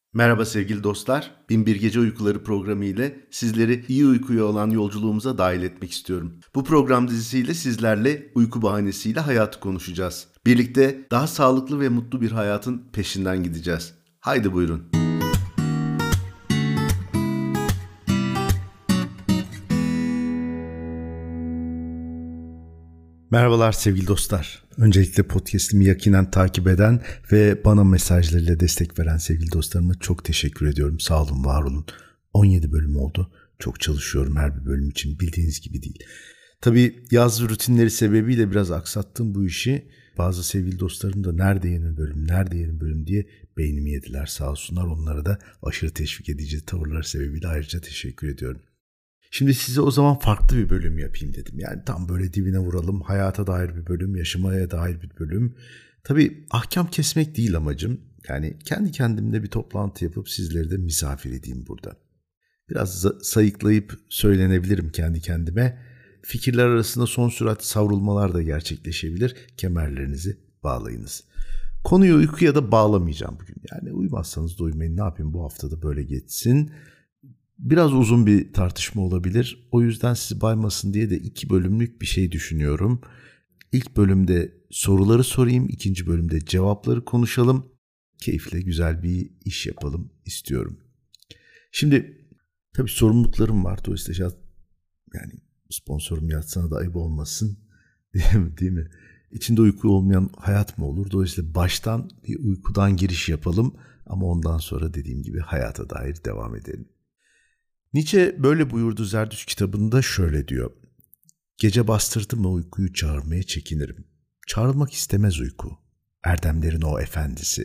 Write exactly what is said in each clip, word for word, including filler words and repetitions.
Merhaba sevgili dostlar. Bin Bir Gece Uykuları programı ile sizleri iyi uykuya olan yolculuğumuza dahil etmek istiyorum. Bu program dizisiyle sizlerle uyku bahanesiyle hayatı konuşacağız. Birlikte daha sağlıklı ve mutlu bir hayatın peşinden gideceğiz. Haydi buyurun. Merhabalar sevgili dostlar. Öncelikle podcast'imi yakinen takip eden ve bana mesajlarıyla destek veren sevgili dostlarıma çok teşekkür ediyorum. Sağ olun, var olun. on yedi bölüm oldu. Çok çalışıyorum her bir bölüm için, bildiğiniz gibi değil. Tabii yaz rutinleri sebebiyle biraz aksattım bu işi. Bazı sevgili dostlarım da nerede yeni bölüm, nerede yeni bölüm diye beynimi yediler, sağ olsunlar. Onlara da aşırı teşvik edici tavırları sebebiyle ayrıca teşekkür ediyorum. Şimdi size o zaman farklı bir bölüm yapayım dedim. Yani tam böyle dibine vuralım. Hayata dair bir bölüm, yaşamaya dair bir bölüm. Tabii ahkam kesmek değil amacım. Yani kendi kendimde bir toplantı yapıp sizleri de misafir edeyim burada. Biraz sayıklayıp söylenebilirim kendi kendime. Fikirler arasında son sürat savrulmalar da gerçekleşebilir. Kemerlerinizi bağlayınız. Konuyu uykuya da bağlamayacağım bugün. Yani uyumazsanız da uyumayın. Ne yapayım, bu haftada böyle geçsin. Biraz uzun bir tartışma olabilir. O yüzden sizi baymasın diye de iki bölümlük bir şey düşünüyorum. İlk bölümde soruları sorayım, ikinci bölümde cevapları konuşalım. Keyifle güzel bir iş yapalım istiyorum. Şimdi tabii sorumluluklarım var. Dolayısıyla yani sponsorum yatsana da ayıp olmasın, değil mi? Değil mi? İçinde uyku olmayan hayat mı olur? Dolayısıyla baştan bir uykudan giriş yapalım ama ondan sonra dediğim gibi hayata dair devam edelim. Nietzsche böyle buyurdu Zerdüşt kitabında, şöyle diyor. Gece bastırdı mı uykuyu çağırmaya çekinirim. Çağrılmak istemez uyku. Erdemlerin o efendisi.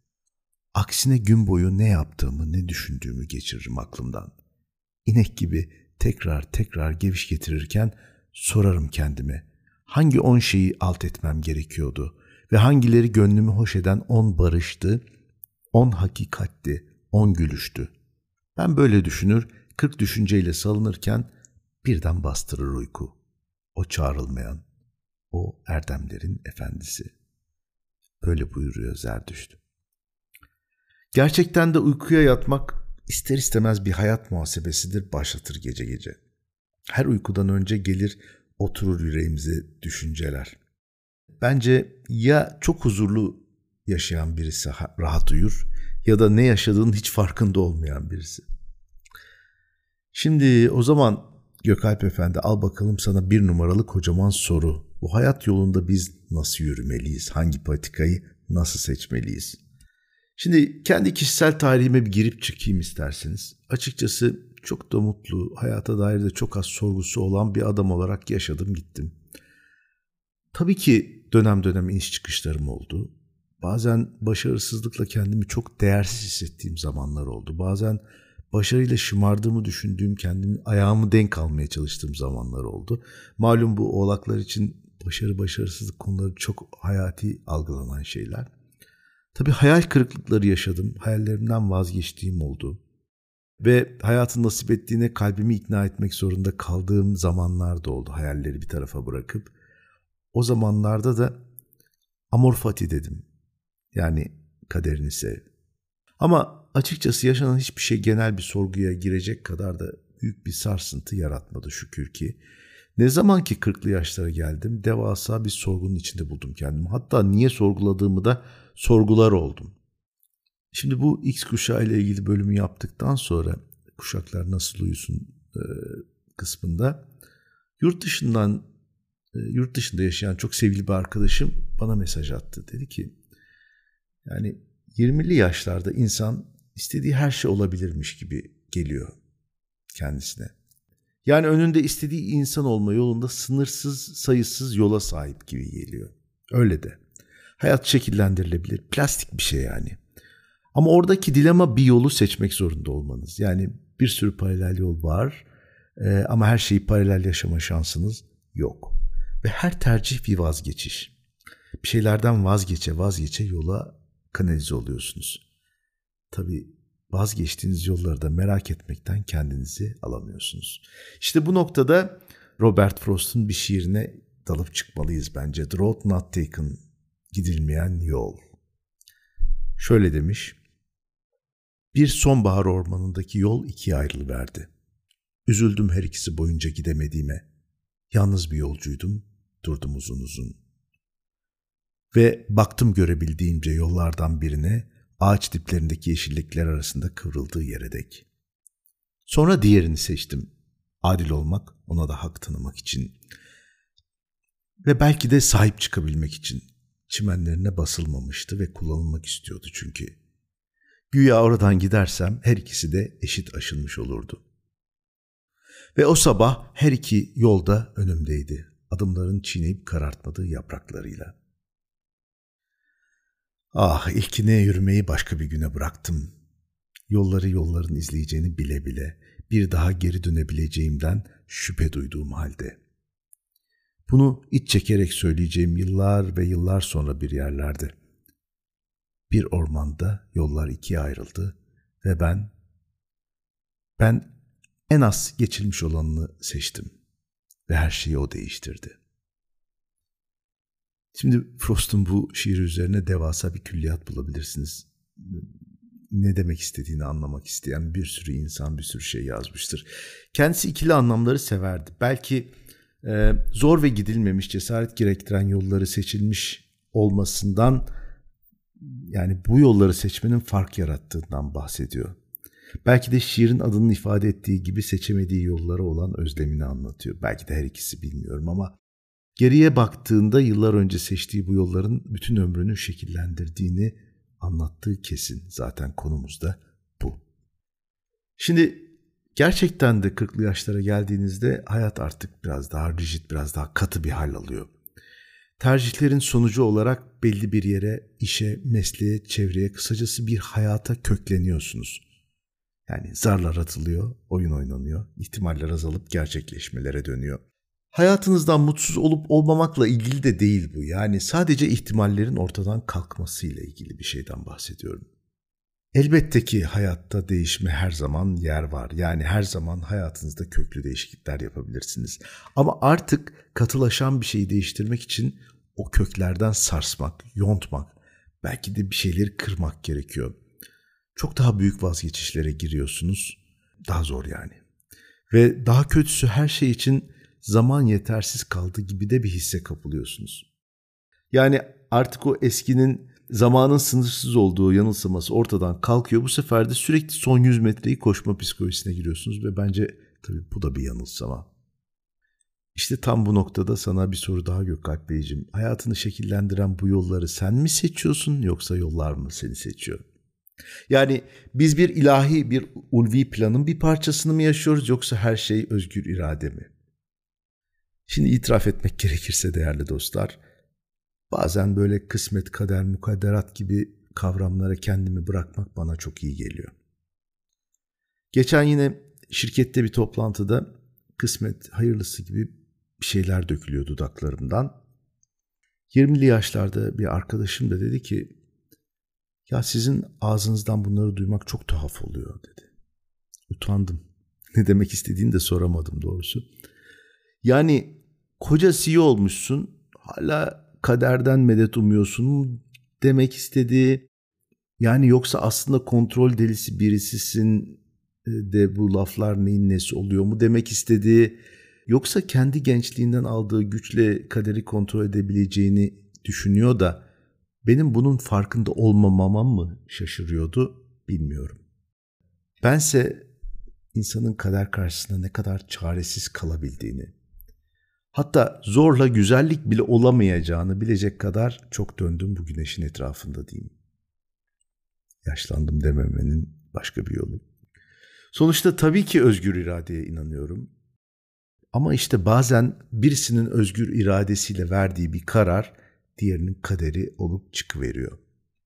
Aksine gün boyu ne yaptığımı, ne düşündüğümü geçiririm aklımdan. İnek gibi tekrar tekrar geviş getirirken sorarım kendime. Hangi on şeyi alt etmem gerekiyordu ve hangileri gönlümü hoş eden on barıştı, on hakikatti, on gülüştü. Ben böyle düşünür, kırk düşünceyle salınırken birden bastırır uyku. O çağrılmayan, o erdemlerin efendisi. Böyle buyuruyor Zerdüşt. Gerçekten de uykuya yatmak ister istemez bir hayat muhasebesidir, başlatır gece gece. Her uykudan önce gelir oturur yüreğimize düşünceler. Bence ya çok huzurlu yaşayan birisi rahat uyur ya da ne yaşadığının hiç farkında olmayan birisi. Şimdi o zaman Gökalp Efendi, al bakalım sana bir numaralı kocaman soru. Bu hayat yolunda biz nasıl yürümeliyiz? Hangi patikayı nasıl seçmeliyiz? Şimdi kendi kişisel tarihime bir girip çıkayım isterseniz. Açıkçası çok da mutlu, hayata dair de çok az sorgusu olan bir adam olarak yaşadım gittim. Tabii ki dönem dönem iniş çıkışlarım oldu. Bazen başarısızlıkla kendimi çok değersiz hissettiğim zamanlar oldu. Bazen başarıyla şımardığımı düşündüğüm, kendimin ayağımı denk almaya çalıştığım zamanlar oldu. Malum bu oğlaklar için başarı başarısızlık konuları çok hayati algılanan şeyler. Tabii hayal kırıklıkları yaşadım. Hayallerimden vazgeçtiğim oldu. Ve hayatın nasip ettiğine kalbimi ikna etmek zorunda kaldığım zamanlar da oldu, hayalleri bir tarafa bırakıp. O zamanlarda da amor fati dedim. Yani kaderini sev. Ama açıkçası yaşanan hiçbir şey genel bir sorguya girecek kadar da büyük bir sarsıntı yaratmadı şükür ki. Ne zaman ki kırklı yaşlara geldim, devasa bir sorgunun içinde buldum kendimi. Hatta niye sorguladığımı da sorgular oldum. Şimdi bu X kuşağı ile ilgili bölümü yaptıktan sonra kuşaklar nasıl uyusun e, kısmında yurt dışından e, yurt dışında yaşayan çok sevgili bir arkadaşım bana mesaj attı. Dedi ki yani yirmili yaşlarda insan istediği her şey olabilirmiş gibi geliyor kendisine. Yani önünde istediği insan olma yolunda sınırsız, sayısız yola sahip gibi geliyor. Öyle de. Hayat şekillendirilebilir. Plastik bir şey yani. Ama oradaki dilema bir yolu seçmek zorunda olmanız. Yani bir sürü paralel yol var e, ama her şeyi paralel yaşama şansınız yok. Ve her tercih bir vazgeçiş. Bir şeylerden vazgeçe vazgeçe yola kanalize oluyorsunuz. Tabii vazgeçtiğiniz yolları da merak etmekten kendinizi alamıyorsunuz. İşte bu noktada Robert Frost'un bir şiirine dalıp çıkmalıyız bence. The Road Not Taken, gidilmeyen yol. Şöyle demiş: Bir sonbahar ormanındaki yol ikiye ayrılıverdi. Üzüldüm her ikisi boyunca gidemediğime. Yalnız bir yolcuydum, durdum uzun uzun. Ve baktım görebildiğimce yollardan birine, ağaç diplerindeki yeşillikler arasında kıvrıldığı yere dek. Sonra diğerini seçtim. Adil olmak, ona da hak tanımak için. Ve belki de sahip çıkabilmek için. Çimenlerine basılmamıştı ve kullanılmak istiyordu çünkü. Güya oradan gidersem her ikisi de eşit aşılmış olurdu. Ve o sabah her iki yolda önümdeydi. Adımların çiğneyip karartmadığı yapraklarıyla. Ah, ilkine yürümeyi başka bir güne bıraktım. Yolları yolların izleyeceğini bile bile bir daha geri dönebileceğimden şüphe duyduğum halde. Bunu iç çekerek söyleyeceğim yıllar ve yıllar sonra bir yerlerde. Bir ormanda yollar ikiye ayrıldı ve ben, ben en az geçilmiş olanını seçtim ve her şeyi o değiştirdi. Şimdi Frost'un bu şiiri üzerine devasa bir külliyat bulabilirsiniz. Ne demek istediğini anlamak isteyen bir sürü insan bir sürü şey yazmıştır. Kendisi ikili anlamları severdi. Belki e, zor ve gidilmemiş, cesaret gerektiren yolları seçilmiş olmasından, yani bu yolları seçmenin fark yarattığından bahsediyor. Belki de şiirin adının ifade ettiği gibi seçemediği yollara olan özlemini anlatıyor. Belki de her ikisi, bilmiyorum, ama geriye baktığında yıllar önce seçtiği bu yolların bütün ömrünü şekillendirdiğini anlattığı kesin. Zaten konumuz da bu. Şimdi gerçekten de kırklı yaşlara geldiğinizde hayat artık biraz daha rigid, biraz daha katı bir hal alıyor. Tercihlerin sonucu olarak belli bir yere, işe, mesleğe, çevreye, kısacası bir hayata kökleniyorsunuz. Yani zarlar atılıyor, oyun oynanıyor, ihtimaller azalıp gerçekleşmelere dönüyor. Hayatınızdan mutsuz olup olmamakla ilgili de değil bu. Yani sadece ihtimallerin ortadan kalkmasıyla ilgili bir şeyden bahsediyorum. Elbette ki hayatta değişme her zaman yer var. Yani her zaman hayatınızda köklü değişiklikler yapabilirsiniz. Ama artık katılaşan bir şeyi değiştirmek için o köklerden sarsmak, yontmak, belki de bir şeyleri kırmak gerekiyor. Çok daha büyük vazgeçişlere giriyorsunuz. Daha zor yani. Ve daha kötüsü, her şey için zaman yetersiz kaldı gibi de bir hisse kapılıyorsunuz. Yani artık o eskinin, zamanın sınırsız olduğu yanılsaması ortadan kalkıyor. Bu sefer de sürekli son yüz metreyi koşma psikolojisine giriyorsunuz ve bence tabii bu da bir yanılsama. İşte tam bu noktada sana bir soru daha Gökalp Beyciğim. Hayatını şekillendiren bu yolları sen mi seçiyorsun, yoksa yollar mı seni seçiyor? Yani biz bir ilahi, bir ulvi planın bir parçasını mı yaşıyoruz, yoksa her şey özgür irade mi? Şimdi itiraf etmek gerekirse değerli dostlar, bazen böyle kısmet, kader, mukadderat gibi kavramlara kendimi bırakmak bana çok iyi geliyor. Geçen yine şirkette bir toplantıda kısmet, hayırlısı gibi bir şeyler dökülüyor dudaklarımdan. yirmili yaşlarda bir arkadaşım da dedi ki, ya sizin ağzınızdan bunları duymak çok tuhaf oluyor dedi. Utandım. Ne demek istediğini de soramadım doğrusu. Yani koca C E O olmuşsun, hala kaderden medet umuyorsun demek istediği. Yani yoksa aslında kontrol delisi birisisin de bu laflar neyin nesi oluyor mu demek istediği. Yoksa kendi gençliğinden aldığı güçle kaderi kontrol edebileceğini düşünüyor da benim bunun farkında olmamama mı şaşırıyordu, bilmiyorum. Bense insanın kader karşısında ne kadar çaresiz kalabildiğini, hatta zorla güzellik bile olamayacağını bilecek kadar çok döndüm bu güneşin etrafında diyeyim. Yaşlandım dememenin başka bir yolu. Sonuçta tabii ki özgür iradeye inanıyorum. Ama işte bazen birisinin özgür iradesiyle verdiği bir karar diğerinin kaderi olup çıkıveriyor.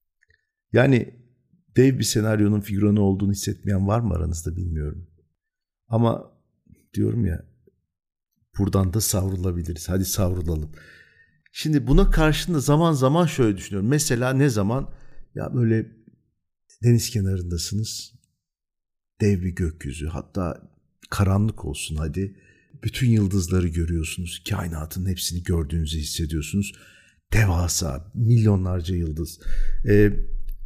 Yani dev bir senaryonun figüranı olduğunu hissetmeyen var mı aranızda, bilmiyorum. Ama diyorum ya, buradan da savrulabiliriz. Hadi savrulalım. Şimdi buna karşında zaman zaman şöyle düşünüyorum. Mesela ne zaman? Ya böyle deniz kenarındasınız. Dev bir gökyüzü, hatta karanlık olsun hadi. Bütün yıldızları görüyorsunuz. Kainatın hepsini gördüğünüzü hissediyorsunuz. Devasa, milyonlarca yıldız. Ee,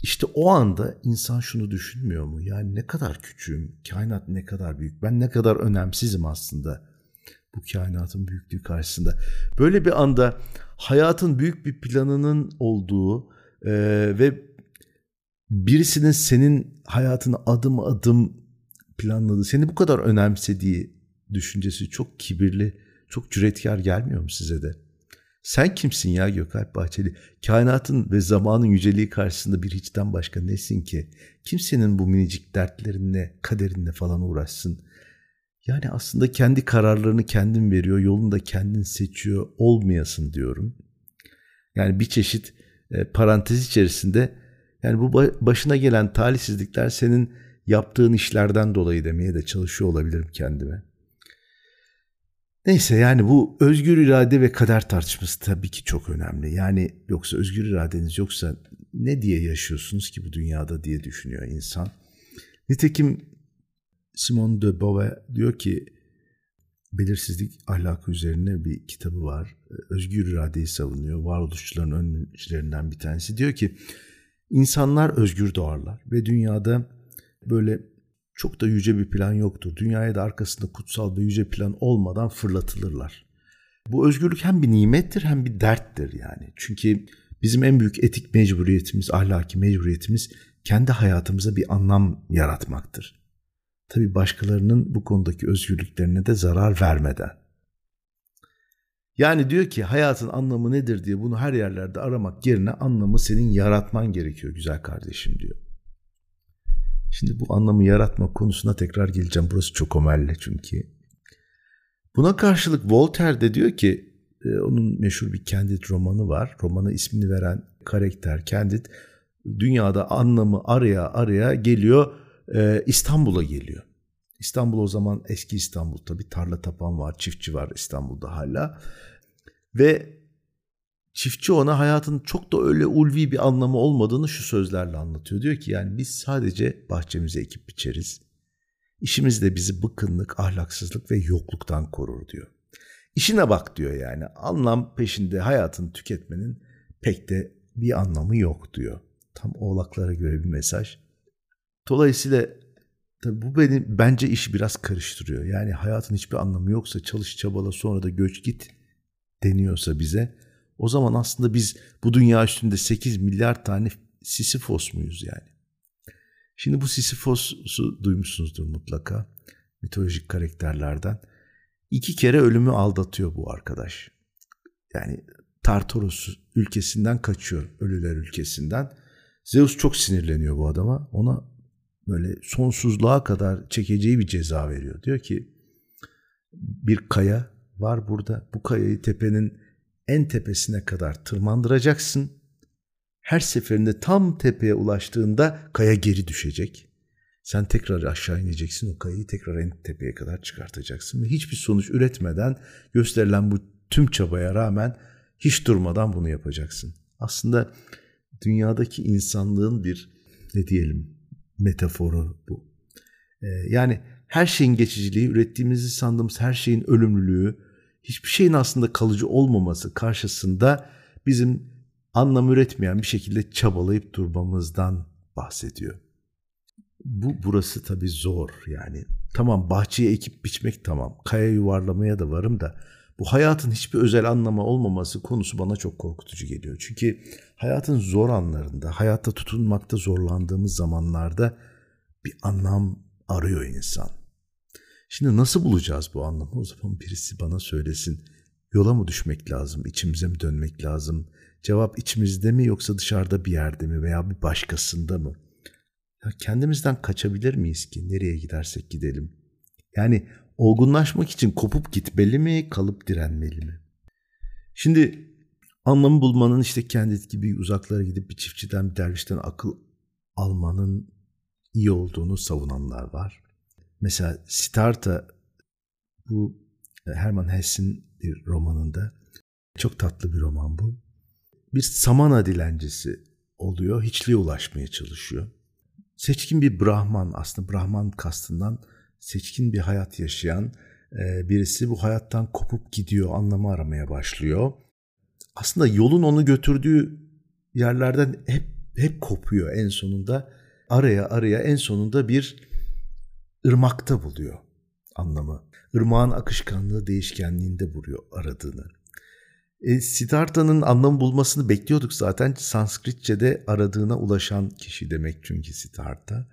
İşte o anda insan şunu düşünmüyor mu? Yani ne kadar küçüğüm, kainat ne kadar büyük, ben ne kadar önemsizim aslında bu kainatın büyüklüğü karşısında. Böyle bir anda hayatın büyük bir planının olduğu e, ve birisinin senin hayatını adım adım planladığı, seni bu kadar önemsediği düşüncesi çok kibirli, çok cüretkar gelmiyor mu size de? Sen kimsin ya Gökalp Bahçeli? Kainatın ve zamanın yüceliği karşısında bir hiçten başka nesin ki? Kimsenin bu minicik dertlerinle, kaderinle falan uğraşsın. Yani aslında kendi kararlarını kendin veriyor, yolunu da kendin seçiyor olmayasın diyorum. Yani bir çeşit e, parantez içerisinde, yani bu başına gelen talihsizlikler senin yaptığın işlerden dolayı demeye de çalışıyor olabilirim kendime. Neyse, yani bu özgür irade ve kader tartışması tabii ki çok önemli. Yani yoksa özgür iradeniz yoksa ne diye yaşıyorsunuz ki bu dünyada diye düşünüyor insan. Nitekim Simone de Beauvoir diyor ki, belirsizlik ahlakı üzerine bir kitabı var. Özgür iradeyi savunuyor. Varoluşçuların öncülerinden bir tanesi. Diyor ki insanlar özgür doğarlar ve dünyada böyle çok da yüce bir plan yoktur. Dünyaya da arkasında kutsal bir yüce plan olmadan fırlatılırlar. Bu özgürlük hem bir nimettir hem bir derttir yani. Çünkü bizim en büyük etik mecburiyetimiz, ahlaki mecburiyetimiz kendi hayatımıza bir anlam yaratmaktır. Tabii başkalarının bu konudaki özgürlüklerine de zarar vermeden. Yani diyor ki hayatın anlamı nedir diye bunu her yerlerde aramak yerine anlamı senin yaratman gerekiyor güzel kardeşim diyor. Şimdi bu anlamı yaratma konusuna tekrar geleceğim. Burası çok ömerli çünkü. Buna karşılık Voltaire de diyor ki, e, onun meşhur bir Candide romanı var. Romana ismini veren karakter Candide dünyada anlamı araya araya geliyor, e, İstanbul'a geliyor. İstanbul o zaman eski İstanbul tabii, tarla tapan var, çiftçi var İstanbul'da hala. Ve çiftçi ona hayatın çok da öyle ulvi bir anlamı olmadığını şu sözlerle anlatıyor. Diyor ki yani biz sadece bahçemize ekip biçeriz. İşimiz de bizi bıkkınlık, ahlaksızlık ve yokluktan korur diyor. İşine bak diyor yani. Anlam peşinde hayatını tüketmenin pek de bir anlamı yok diyor. Tam oğlaklara göre bir mesaj. Dolayısıyla tabii bu beni bence işi biraz karıştırıyor. Yani hayatın hiçbir anlamı yoksa çalış çabala sonra da göç git deniyorsa bize, o zaman aslında biz bu dünya üstünde sekiz milyar tane Sisyphos muyuz yani? Şimdi bu Sisyphos'u duymuşsunuzdur mutlaka mitolojik karakterlerden. İki kere ölümü aldatıyor bu arkadaş. Yani Tartaros ülkesinden kaçıyor, ölüler ülkesinden. Zeus çok sinirleniyor bu adama. Ona böyle sonsuzluğa kadar çekeceği bir ceza veriyor. Diyor ki bir kaya var burada. Bu kayayı tepenin en tepesine kadar tırmandıracaksın. Her seferinde tam tepeye ulaştığında kaya geri düşecek. Sen tekrar aşağı ineceksin, o kayayı tekrar en tepeye kadar çıkartacaksın. Ve hiçbir sonuç üretmeden gösterilen bu tüm çabaya rağmen hiç durmadan bunu yapacaksın. Aslında dünyadaki insanlığın bir ne diyelim metaforu bu. Ee, yani her şeyin geçiciliği, ürettiğimizi sandığımız her şeyin ölümlülüğü, hiçbir şeyin aslında kalıcı olmaması karşısında bizim anlam üretmeyen bir şekilde çabalayıp durmamızdan bahsediyor. Bu burası tabii zor yani. Tamam, bahçeye ekip biçmek tamam. Kaya yuvarlamaya da varım da bu hayatın hiçbir özel anlamı olmaması konusu bana çok korkutucu geliyor. Çünkü hayatın zor anlarında, hayatta tutunmakta zorlandığımız zamanlarda bir anlam arıyor insan. Şimdi nasıl bulacağız bu anlamı? O zaman birisi bana söylesin. Yola mı düşmek lazım? İçimize mi dönmek lazım? Cevap içimizde mi yoksa dışarıda bir yerde mi veya bir başkasında mı? Ya kendimizden kaçabilir miyiz ki? Nereye gidersek gidelim. Yani olgunlaşmak için kopup gitmeli mi, kalıp direnmeli mi? Şimdi anlamı bulmanın işte kendi gibi uzaklara gidip bir çiftçiden, bir dervişten akıl almanın iyi olduğunu savunanlar var. Mesela Siddhartha, bu Hermann Hesse'in bir romanında, çok tatlı bir roman bu. Bir samana dilencisi oluyor, hiçliğe ulaşmaya çalışıyor. Seçkin bir Brahman, aslında Brahman kastından seçkin bir hayat yaşayan birisi bu hayattan kopup gidiyor, anlamı aramaya başlıyor. Aslında yolun onu götürdüğü yerlerden hep hep kopuyor en sonunda. Araya araya en sonunda bir ırmakta buluyor anlamı. Irmağın akışkanlığı değişkenliğinde buluyor aradığını. E, Siddhartha'nın anlam bulmasını bekliyorduk zaten. Sanskritçe'de aradığına ulaşan kişi demek çünkü Siddhartha.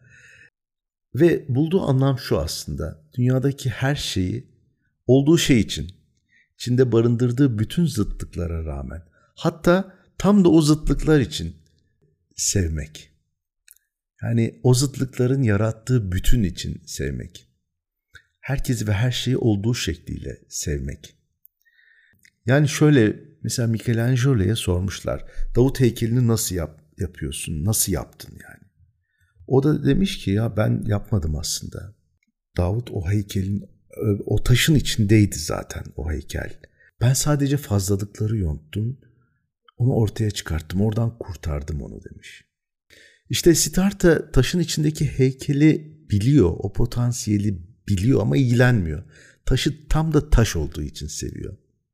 Ve bulduğu anlam şu aslında. Dünyadaki her şeyi olduğu şey için, içinde barındırdığı bütün zıtlıklara rağmen, hatta tam da o zıtlıklar için sevmek. Yani o zıtlıkların yarattığı bütün için sevmek. Herkesi ve her şeyi olduğu şekliyle sevmek. Yani şöyle, mesela Michelangelo'ya sormuşlar. Davut heykelini nasıl yap, yapıyorsun? Nasıl yaptın yani? O da demiş ki ya ben yapmadım aslında. Davut o heykelin, o taşın içindeydi zaten o heykel. Ben sadece fazlalıkları yonttum. Onu ortaya çıkarttım. Oradan kurtardım onu demiş. İşte Siddhartha taşın içindeki heykeli biliyor. O potansiyeli biliyor ama ilgilenmiyor. Taşı tam da taş olduğu için seviyor.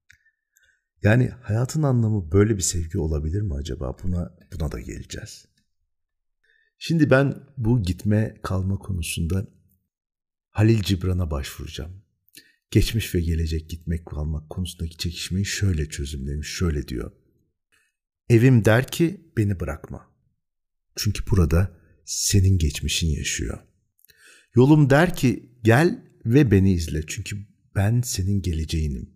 Yani hayatın anlamı böyle bir sevgi olabilir mi acaba? Buna, buna da geleceğiz. Şimdi ben bu gitme kalma konusunda Halil Cibran'a başvuracağım. Geçmiş ve gelecek gitmek kalmak konusundaki çekişmeyi şöyle çözümlemiş, şöyle diyor. Evim der ki beni bırakma. Çünkü burada senin geçmişin yaşıyor. Yolum der ki gel ve beni izle. Çünkü ben senin geleceğinim.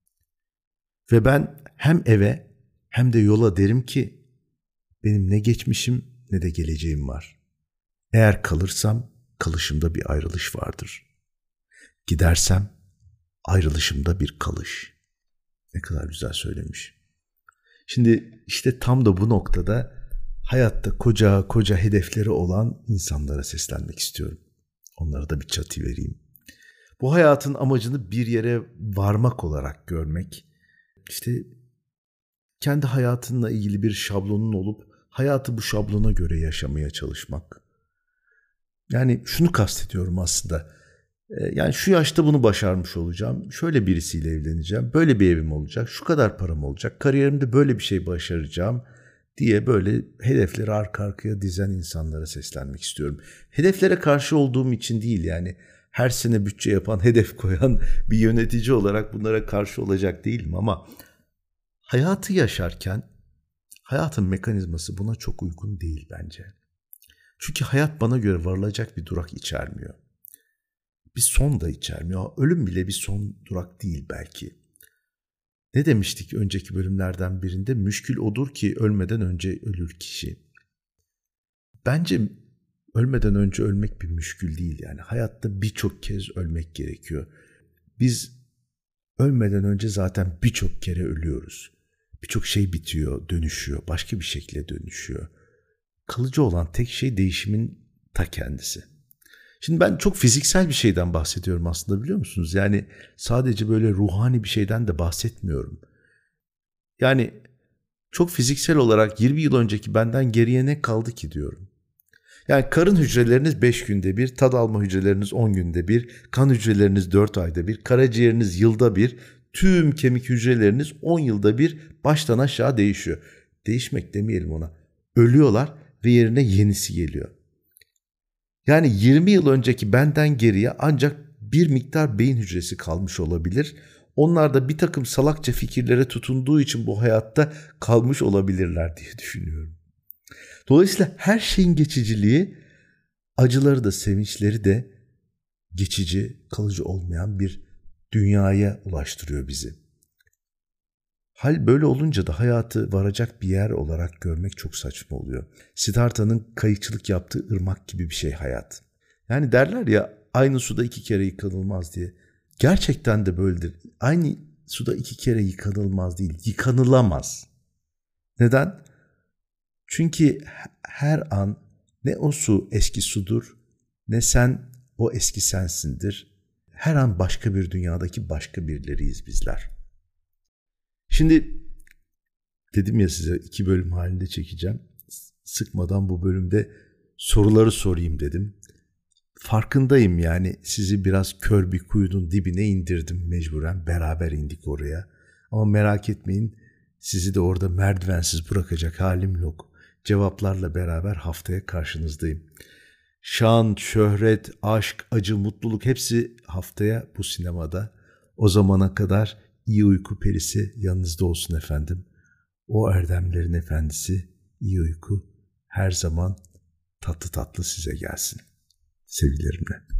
Ve ben hem eve hem de yola derim ki benim ne geçmişim ne de geleceğim var. Eğer kalırsam kalışımda bir ayrılış vardır. Gidersem ayrılışımda bir kalış. Ne kadar güzel söylemiş. Şimdi işte tam da bu noktada hayatta koca koca hedefleri olan insanlara seslenmek istiyorum. Onlara da bir çatı vereyim. Bu hayatın amacını bir yere varmak olarak görmek, işte kendi hayatınla ilgili bir şablonun olup hayatı bu şablona göre yaşamaya çalışmak. Yani şunu kastediyorum aslında. Yani şu yaşta bunu başarmış olacağım. Şöyle birisiyle evleneceğim. Böyle bir evim olacak. Şu kadar param olacak. Kariyerimde böyle bir şey başaracağım diye böyle hedefleri arka arkaya dizen insanlara seslenmek istiyorum. Hedeflere karşı olduğum için değil yani. Her sene bütçe yapan, hedef koyan bir yönetici olarak bunlara karşı olacak değilim ama hayatı yaşarken hayatın mekanizması buna çok uygun değil bence. Çünkü hayat bana göre varılacak bir durak içermiyor. Bir son da içermiyor. Ölüm bile bir son durak değil belki. Ne demiştik önceki bölümlerden birinde? Müşkül odur ki ölmeden önce ölür kişi. Bence ölmeden önce ölmek bir müşkül değil yani. Hayatta birçok kez ölmek gerekiyor. Biz ölmeden önce zaten birçok kere ölüyoruz. Birçok şey bitiyor, dönüşüyor, başka bir şekilde dönüşüyor. Kalıcı olan tek şey değişimin ta kendisi. Şimdi ben çok fiziksel bir şeyden bahsediyorum aslında biliyor musunuz? Yani sadece böyle ruhani bir şeyden de bahsetmiyorum. Yani çok fiziksel olarak yirmi yıl önceki benden geriye ne kaldı ki diyorum. Yani karın hücreleriniz beş günde bir, tad alma hücreleriniz on günde bir, kan hücreleriniz dört ayda bir, karaciğeriniz yılda bir, tüm kemik hücreleriniz on yılda bir baştan aşağı değişiyor. Değişmek demeyelim ona. Ölüyorlar ve yerine yenisi geliyor. Yani yirmi yıl önceki benden geriye ancak bir miktar beyin hücresi kalmış olabilir. Onlar da bir takım salakça fikirlere tutunduğu için bu hayatta kalmış olabilirler diye düşünüyorum. Dolayısıyla her şeyin geçiciliği, acıları da sevinçleri de geçici, kalıcı olmayan bir dünyaya ulaştırıyor bizi. Hal böyle olunca da hayatı varacak bir yer olarak görmek çok saçma oluyor. Siddhartha'nın kayıkçılık yaptığı ırmak gibi bir şey hayat. Yani derler ya aynı suda iki kere yıkanılmaz diye. Gerçekten de böyledir. Aynı suda iki kere yıkanılmaz değil, yıkanılamaz. Neden? Çünkü her an ne o su eski sudur, ne sen o eski sensindir. Her an başka bir dünyadaki başka birileriyiz bizler. Şimdi dedim ya size iki bölüm halinde çekeceğim. Sıkmadan bu bölümde soruları sorayım dedim. Farkındayım yani sizi biraz kör bir kuyunun dibine indirdim mecburen. Beraber indik oraya. Ama merak etmeyin sizi de orada merdivensiz bırakacak halim yok. cevaplarla beraber haftaya karşınızdayım. Şan, şöhret, aşk, acı, mutluluk hepsi haftaya bu sinemada. O zamana kadar iyi uyku perisi yanınızda olsun efendim. O erdemlerin efendisi, iyi uyku her zaman tatlı tatlı size gelsin. Sevgilerimle.